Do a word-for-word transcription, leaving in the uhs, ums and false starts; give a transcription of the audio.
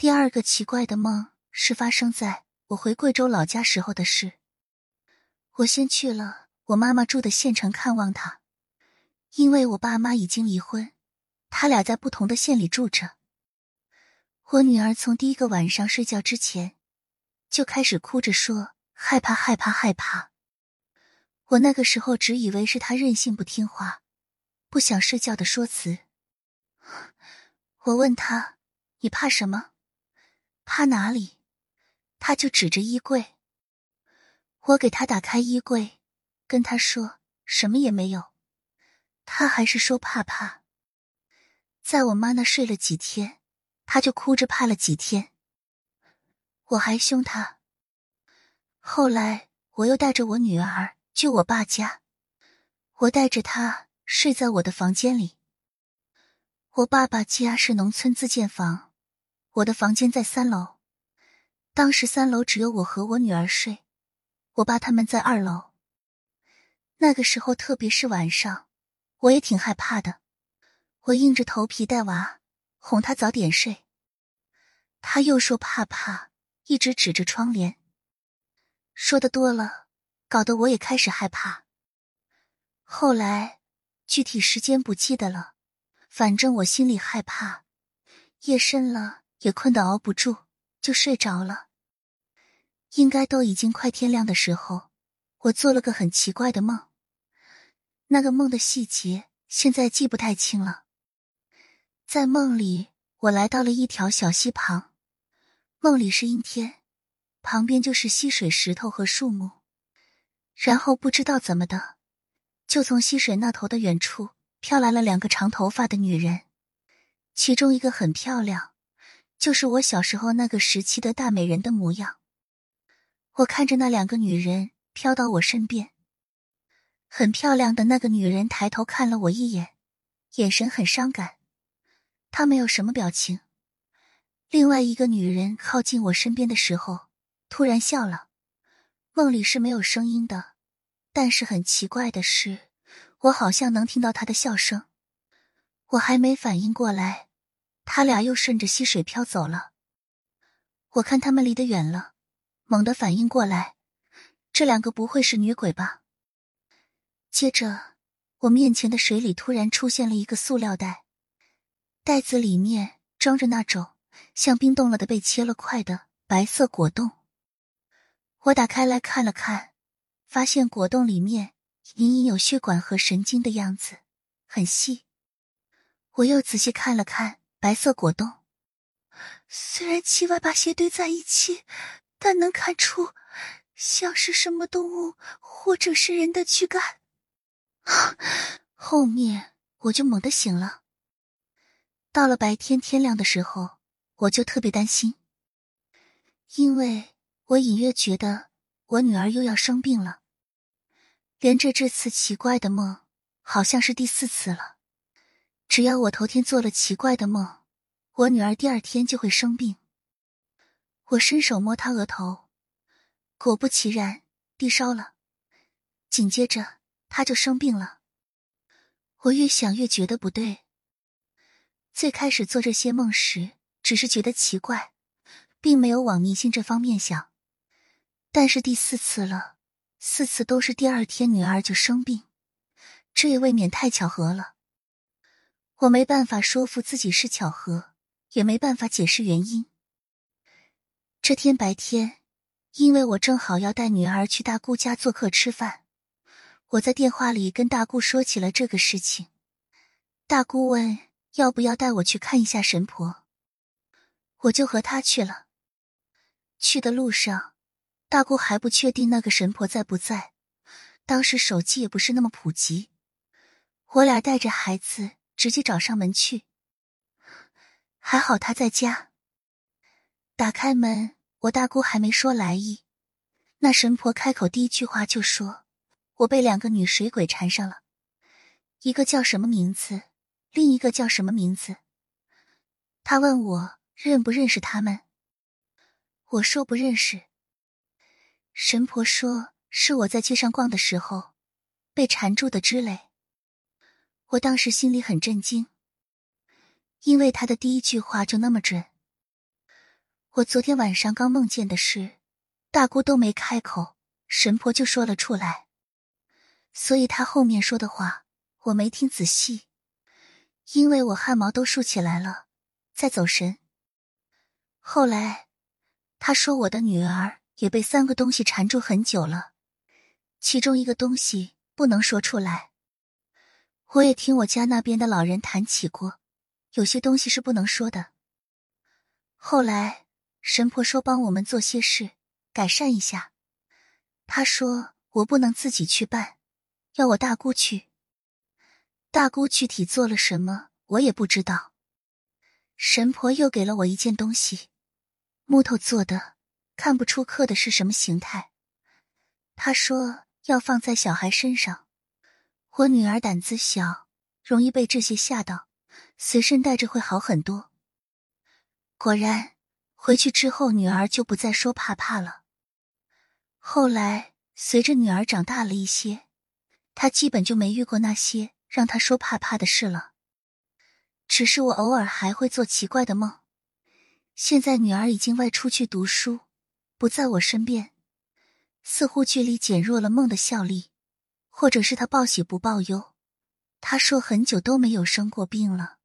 第二个奇怪的梦是发生在我回贵州老家时候的事。我先去了我妈妈住的县城看望她，因为我爸妈已经离婚，他俩在不同的县里住着。我女儿从第一个晚上睡觉之前就开始哭着说害怕害怕害怕。我那个时候只以为是她任性不听话，不想睡觉的说辞。我问她，你怕什么？怕哪里？她就指着衣柜。我给她打开衣柜，跟她说什么也没有，她还是说怕怕。在我妈那睡了几天，她就哭着怕了几天。我还凶她。后来我又带着我女儿去我爸家，我带着她睡在我的房间里。我爸爸家是农村自建房，我的房间在三楼。当时三楼只有我和我女儿睡，我爸他们在二楼。那个时候特别是晚上，我也挺害怕的。我硬着头皮带娃，哄他早点睡。他又说怕怕，一直指着窗帘。说的多了，搞得我也开始害怕。后来具体时间不记得了，反正我心里害怕，夜深了也困得熬不住，就睡着了。应该都已经快天亮的时候，我做了个很奇怪的梦。那个梦的细节现在记不太清了。在梦里，我来到了一条小溪旁，梦里是阴天，旁边就是溪水、石头和树木。然后不知道怎么的，就从溪水那头的远处飘来了两个长头发的女人，其中一个很漂亮，就是我小时候那个时期的大美人的模样。我看着那两个女人飘到我身边，很漂亮的那个女人抬头看了我一眼，眼神很伤感，她没有什么表情。另外一个女人靠近我身边的时候，突然笑了。梦里是没有声音的，但是很奇怪的是，我好像能听到她的笑声。我还没反应过来，他俩又顺着溪水飘走了。我看他们离得远了，猛地反应过来，这两个不会是女鬼吧？接着，我面前的水里突然出现了一个塑料袋，袋子里面装着那种像冰冻了的被切了块的白色果冻。我打开来看了看，发现果冻里面隐隐有血管和神经的样子，很细。我又仔细看了看白色果冻，虽然七歪八斜堆在一起，但能看出像是什么动物或者是人的躯干。后面我就猛地醒了。到了白天天亮的时候，我就特别担心，因为我隐约觉得我女儿又要生病了。连着这次奇怪的梦好像是第四次了。只要我头天做了奇怪的梦，我女儿第二天就会生病。我伸手摸她额头，果不其然，低烧了。紧接着她就生病了。我越想越觉得不对。最开始做这些梦时，只是觉得奇怪，并没有往迷信这方面想。但是第四次了，四次都是第二天女儿就生病，这也未免太巧合了。我没办法说服自己是巧合，也没办法解释原因。这天白天，因为我正好要带女儿去大姑家做客吃饭，我在电话里跟大姑说起了这个事情。大姑问要不要带我去看一下神婆，我就和她去了。去的路上，大姑还不确定那个神婆在不在，当时手机也不是那么普及，我俩带着孩子直接找上门去。还好她在家。打开门，我大姑还没说来意，那神婆开口第一句话就说，我被两个女水鬼缠上了，一个叫什么名字，另一个叫什么名字。她问我认不认识他们，我说不认识。神婆说是我在街上逛的时候被缠住的之类。我当时心里很震惊，因为她的第一句话就那么准。 我昨天晚上刚梦见的事，大姑都没开口，神婆就说了出来。所以她后面说的话，我没听仔细，因为我汗毛都竖起来了，在走神。后来，她说我的女儿也被三个东西缠住很久了，其中一个东西不能说出来。我也听我家那边的老人谈起过，有些东西是不能说的。后来，神婆说帮我们做些事，改善一下。她说我不能自己去办，要我大姑去。大姑具体做了什么，我也不知道。神婆又给了我一件东西，木头做的，看不出刻的是什么形态。她说要放在小孩身上，我女儿胆子小，容易被这些吓到，随身带着会好很多。果然，回去之后女儿就不再说怕怕了。后来，随着女儿长大了一些，她基本就没遇过那些让她说怕怕的事了。只是我偶尔还会做奇怪的梦。现在女儿已经外出去读书，不在我身边，似乎距离减弱了梦的效力，或者是她报喜不报忧。她说很久都没有生过病了。